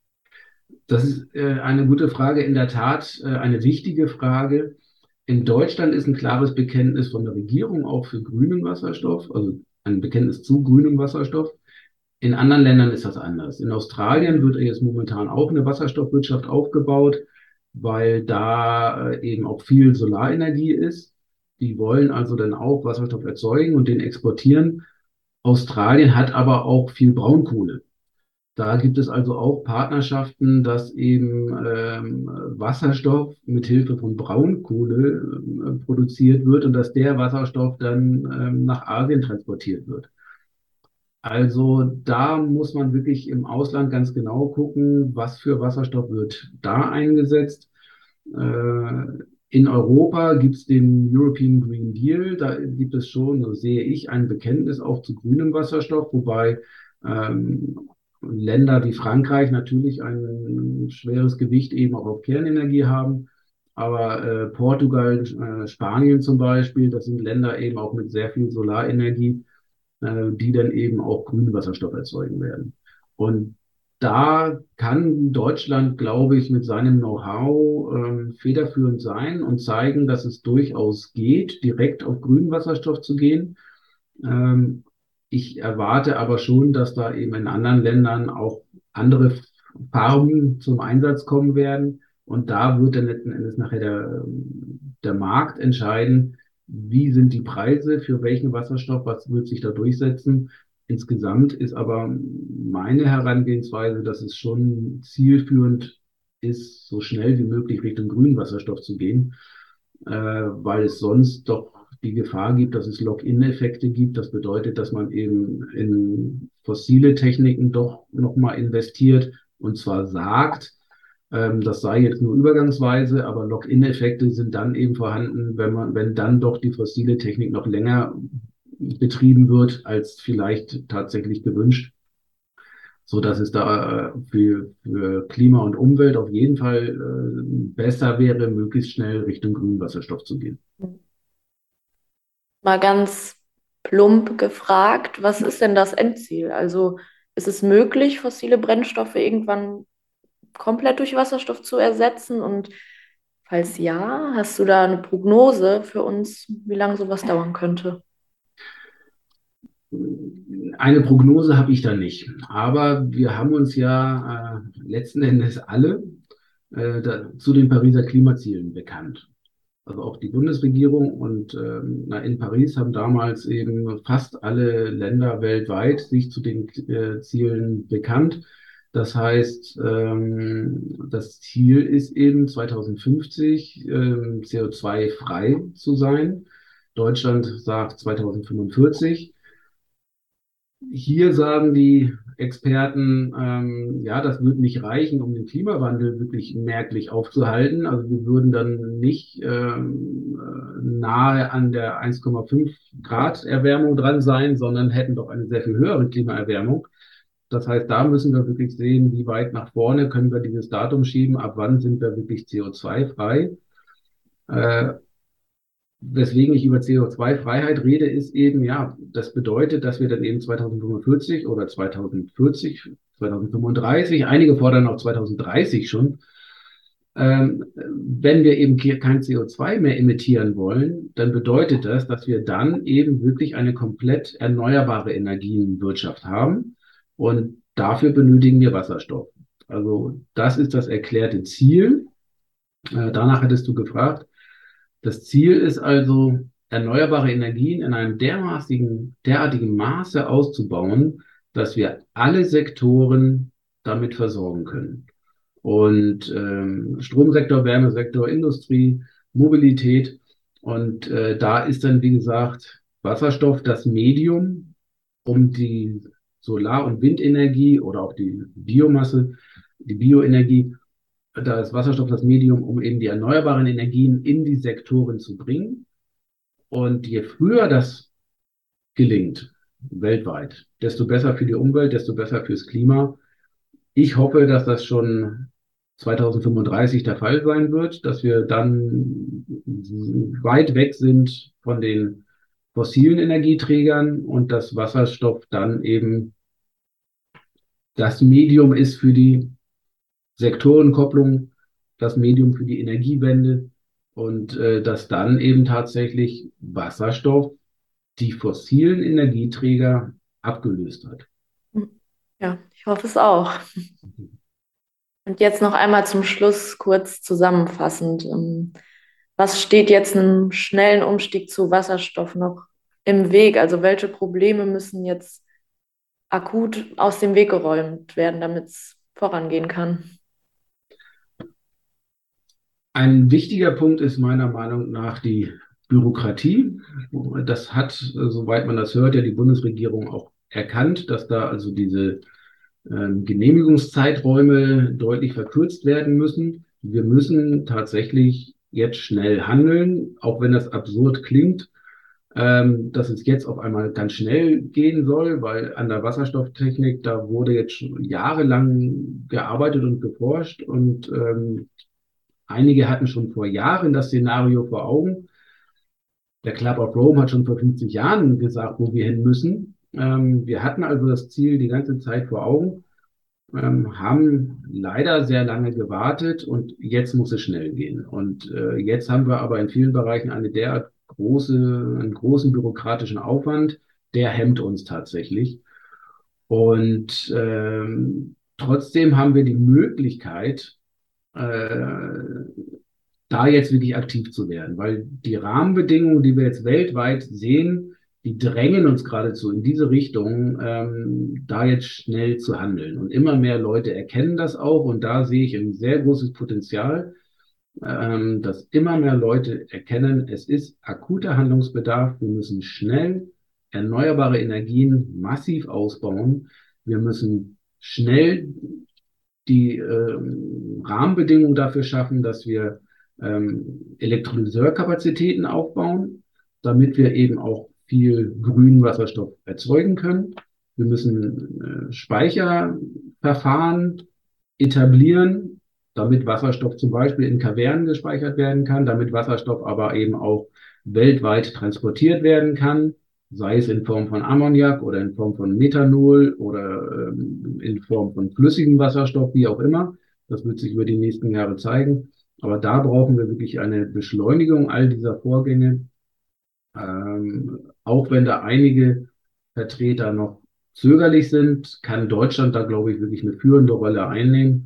Das ist äh, eine gute Frage, in der Tat äh, eine wichtige Frage. In Deutschland ist ein klares Bekenntnis von der Regierung auch für grünen Wasserstoff, also ein Bekenntnis zu grünem Wasserstoff. In anderen Ländern ist das anders. In Australien wird jetzt momentan auch eine Wasserstoffwirtschaft aufgebaut, weil da äh, eben auch viel Solarenergie ist. Die wollen also dann auch Wasserstoff erzeugen und den exportieren. Australien hat aber auch viel Braunkohle. Da gibt es also auch Partnerschaften, dass eben ähm, Wasserstoff mit Hilfe von Braunkohle äh, produziert wird und dass der Wasserstoff dann ähm, nach Asien transportiert wird. Also da muss man wirklich im Ausland ganz genau gucken, was für Wasserstoff wird da eingesetzt. Äh, in Europa gibt es den European Green Deal. Da gibt es schon, so sehe ich, ein Bekenntnis auch zu grünem Wasserstoff, wobei ähm, Länder wie Frankreich natürlich ein schweres Gewicht eben auch auf Kernenergie haben. Aber äh, Portugal, äh, Spanien zum Beispiel, das sind Länder eben auch mit sehr viel Solarenergie, äh, die dann eben auch grünen Wasserstoff erzeugen werden. Und da kann Deutschland, glaube ich, mit seinem Know-how ähm, federführend sein und zeigen, dass es durchaus geht, direkt auf grünen Wasserstoff zu gehen. Ähm, Ich erwarte aber schon, dass da eben in anderen Ländern auch andere Farben zum Einsatz kommen werden. Und da wird dann letzten Endes nachher der, der Markt entscheiden, wie sind die Preise für welchen Wasserstoff, was wird sich da durchsetzen. Insgesamt ist aber meine Herangehensweise, dass es schon zielführend ist, so schnell wie möglich Richtung grünen Wasserstoff zu gehen, äh, weil es sonst doch die Gefahr gibt, dass es Lock-in-Effekte gibt. Das bedeutet, dass man eben in fossile Techniken doch nochmal investiert und zwar sagt, ähm, das sei jetzt nur übergangsweise, aber Lock-in-Effekte sind dann eben vorhanden, wenn man, wenn dann doch die fossile Technik noch länger betrieben wird als vielleicht tatsächlich gewünscht, so dass es da äh, für, für Klima und Umwelt auf jeden Fall äh, besser wäre, möglichst schnell Richtung grünen Wasserstoff zu gehen. Mal ganz plump gefragt, was ist denn das Endziel? Also ist es möglich, fossile Brennstoffe irgendwann komplett durch Wasserstoff zu ersetzen? Und falls ja, hast du da eine Prognose für uns, wie lange sowas dauern könnte? Eine Prognose habe ich da nicht, aber wir haben uns ja äh, letzten Endes alle äh, da, zu den Pariser Klimazielen bekannt. Also auch die Bundesregierung und ähm, na, in Paris haben damals eben fast alle Länder weltweit sich zu den äh, Zielen bekannt. Das heißt, ähm, das Ziel ist eben zweitausendfünfzig ähm, C O zwei frei zu sein. Deutschland sagt zweitausendfünfundvierzig. Hier sagen die Experten, ähm, ja, das wird nicht reichen, um den Klimawandel wirklich merklich aufzuhalten. Also wir würden dann nicht ähm, äh, nahe an der eins Komma fünf Grad Erwärmung dran sein, sondern hätten doch eine sehr viel höhere Klimaerwärmung. Das heißt, da müssen wir wirklich sehen, wie weit nach vorne können wir dieses Datum schieben, ab wann sind wir wirklich C O zwei frei. Äh, Weswegen ich über C O zwei Freiheit rede, ist eben, ja, das bedeutet, dass wir dann eben zweitausendfünfundvierzig oder zweitausendvierzig, zweitausendfünfunddreißig, einige fordern auch zweitausenddreißig schon, ähm, wenn wir eben kein C O zwei mehr emittieren wollen, dann bedeutet das, dass wir dann eben wirklich eine komplett erneuerbare Energienwirtschaft haben und dafür benötigen wir Wasserstoff. Also das ist das erklärte Ziel. Äh, danach hattest du gefragt. Das Ziel ist also, erneuerbare Energien in einem dermaßigen, derartigen Maße auszubauen, dass wir alle Sektoren damit versorgen können. Und ähm, Stromsektor, Wärmesektor, Industrie, Mobilität. Und äh, da ist dann, wie gesagt, Wasserstoff das Medium, um die Solar- und Windenergie oder auch die Biomasse, die Bioenergie, da ist Wasserstoff das Medium, um eben die erneuerbaren Energien in die Sektoren zu bringen. Und je früher das gelingt, weltweit, desto besser für die Umwelt, desto besser fürs Klima. Ich hoffe, dass das schon zweitausendfünfunddreißig der Fall sein wird, dass wir dann weit weg sind von den fossilen Energieträgern und dass Wasserstoff dann eben das Medium ist für die Sektorenkopplung, das Medium für die Energiewende und äh, dass dann eben tatsächlich Wasserstoff die fossilen Energieträger abgelöst hat. Ja, ich hoffe es auch. Und jetzt noch einmal zum Schluss kurz zusammenfassend. Was steht jetzt einem schnellen Umstieg zu Wasserstoff noch im Weg? Also welche Probleme müssen jetzt akut aus dem Weg geräumt werden, damit es vorangehen kann? Ein wichtiger Punkt ist meiner Meinung nach die Bürokratie. Das hat, soweit man das hört, ja die Bundesregierung auch erkannt, dass da also diese ähm, Genehmigungszeiträume deutlich verkürzt werden müssen. Wir müssen tatsächlich jetzt schnell handeln, auch wenn das absurd klingt, ähm, dass es jetzt auf einmal ganz schnell gehen soll, weil an der Wasserstofftechnik, da wurde jetzt schon jahrelang gearbeitet und geforscht und ähm, einige hatten schon vor Jahren das Szenario vor Augen. Der Club of Rome hat schon vor fünfzig Jahren gesagt, wo wir hin müssen. Ähm, wir hatten also das Ziel die ganze Zeit vor Augen, ähm, haben leider sehr lange gewartet und jetzt muss es schnell gehen. Und äh, jetzt haben wir aber in vielen Bereichen eine derart große, einen großen bürokratischen Aufwand, der hemmt uns tatsächlich. Und ähm, trotzdem haben wir die Möglichkeit, äh, da jetzt wirklich aktiv zu werden, weil die Rahmenbedingungen, die wir jetzt weltweit sehen, die drängen uns geradezu in diese Richtung, ähm, da jetzt schnell zu handeln. Und immer mehr Leute erkennen das auch. Und da sehe ich ein sehr großes Potenzial, ähm, dass immer mehr Leute erkennen, es ist akuter Handlungsbedarf. Wir müssen schnell erneuerbare Energien massiv ausbauen. Wir müssen schnell die ähm, Rahmenbedingungen dafür schaffen, dass wir ähm, Elektrolyseurkapazitäten aufbauen, damit wir eben auch viel grünen Wasserstoff erzeugen können. Wir müssen äh, Speicherverfahren etablieren, damit Wasserstoff zum Beispiel in Kavernen gespeichert werden kann, damit Wasserstoff aber eben auch weltweit transportiert werden kann, sei es in Form von Ammoniak oder in Form von Methanol oder ähm, in Form von flüssigem Wasserstoff, wie auch immer. Das wird sich über die nächsten Jahre zeigen. Aber da brauchen wir wirklich eine Beschleunigung all dieser Vorgänge. Ähm, auch wenn da einige Vertreter noch zögerlich sind, kann Deutschland da, glaube ich, wirklich eine führende Rolle einnehmen,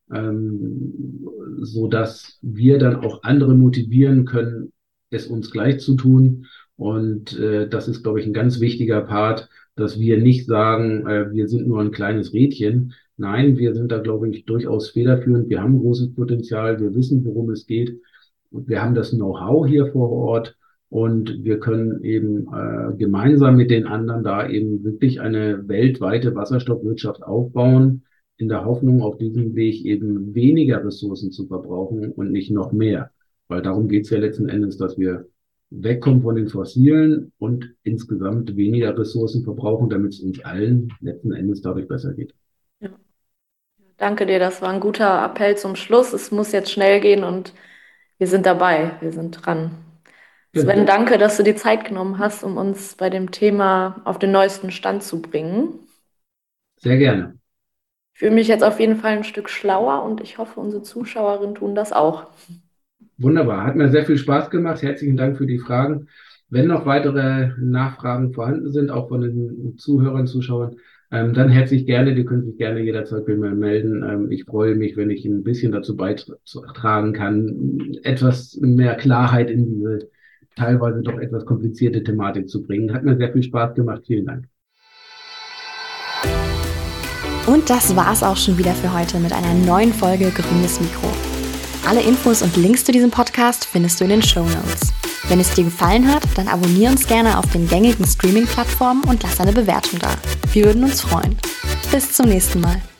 ähm, so dass wir dann auch andere motivieren können, es uns gleich zu tun. Und äh, das ist, glaube ich, ein ganz wichtiger Part, dass wir nicht sagen, äh, wir sind nur ein kleines Rädchen. Nein, wir sind da, glaube ich, durchaus federführend. Wir haben großes Potenzial. Wir wissen, worum es geht. Und wir haben das Know-how hier vor Ort. Und wir können eben äh, gemeinsam mit den anderen da eben wirklich eine weltweite Wasserstoffwirtschaft aufbauen, in der Hoffnung, auf diesem Weg eben weniger Ressourcen zu verbrauchen und nicht noch mehr. Weil darum geht es ja letzten Endes, dass wir wegkommen von den Fossilen und insgesamt weniger Ressourcen verbrauchen, damit es uns allen letzten Endes dadurch besser geht. Ja. Danke dir, das war ein guter Appell zum Schluss. Es muss jetzt schnell gehen und wir sind dabei, wir sind dran. Sven, danke, dass du die Zeit genommen hast, um uns bei dem Thema auf den neuesten Stand zu bringen. Sehr gerne. Ich fühle mich jetzt auf jeden Fall ein Stück schlauer und ich hoffe, unsere Zuschauerinnen tun das auch. Wunderbar, hat mir sehr viel Spaß gemacht. Herzlichen Dank für die Fragen. Wenn noch weitere Nachfragen vorhanden sind, auch von den Zuhörern, Zuschauern, ähm, dann herzlich gerne. Die können sich gerne jederzeit bei mir melden. Ähm, ich freue mich, wenn ich ein bisschen dazu beitragen kann, etwas mehr Klarheit in diese teilweise doch etwas komplizierte Thematik zu bringen. Hat mir sehr viel Spaß gemacht. Vielen Dank. Und das war's auch schon wieder für heute mit einer neuen Folge Grünes Mikro. Alle Infos und Links zu diesem Podcast findest du in den Shownotes. Wenn es dir gefallen hat, dann abonniere uns gerne auf den gängigen Streaming-Plattformen und lass eine Bewertung da. Wir würden uns freuen. Bis zum nächsten Mal.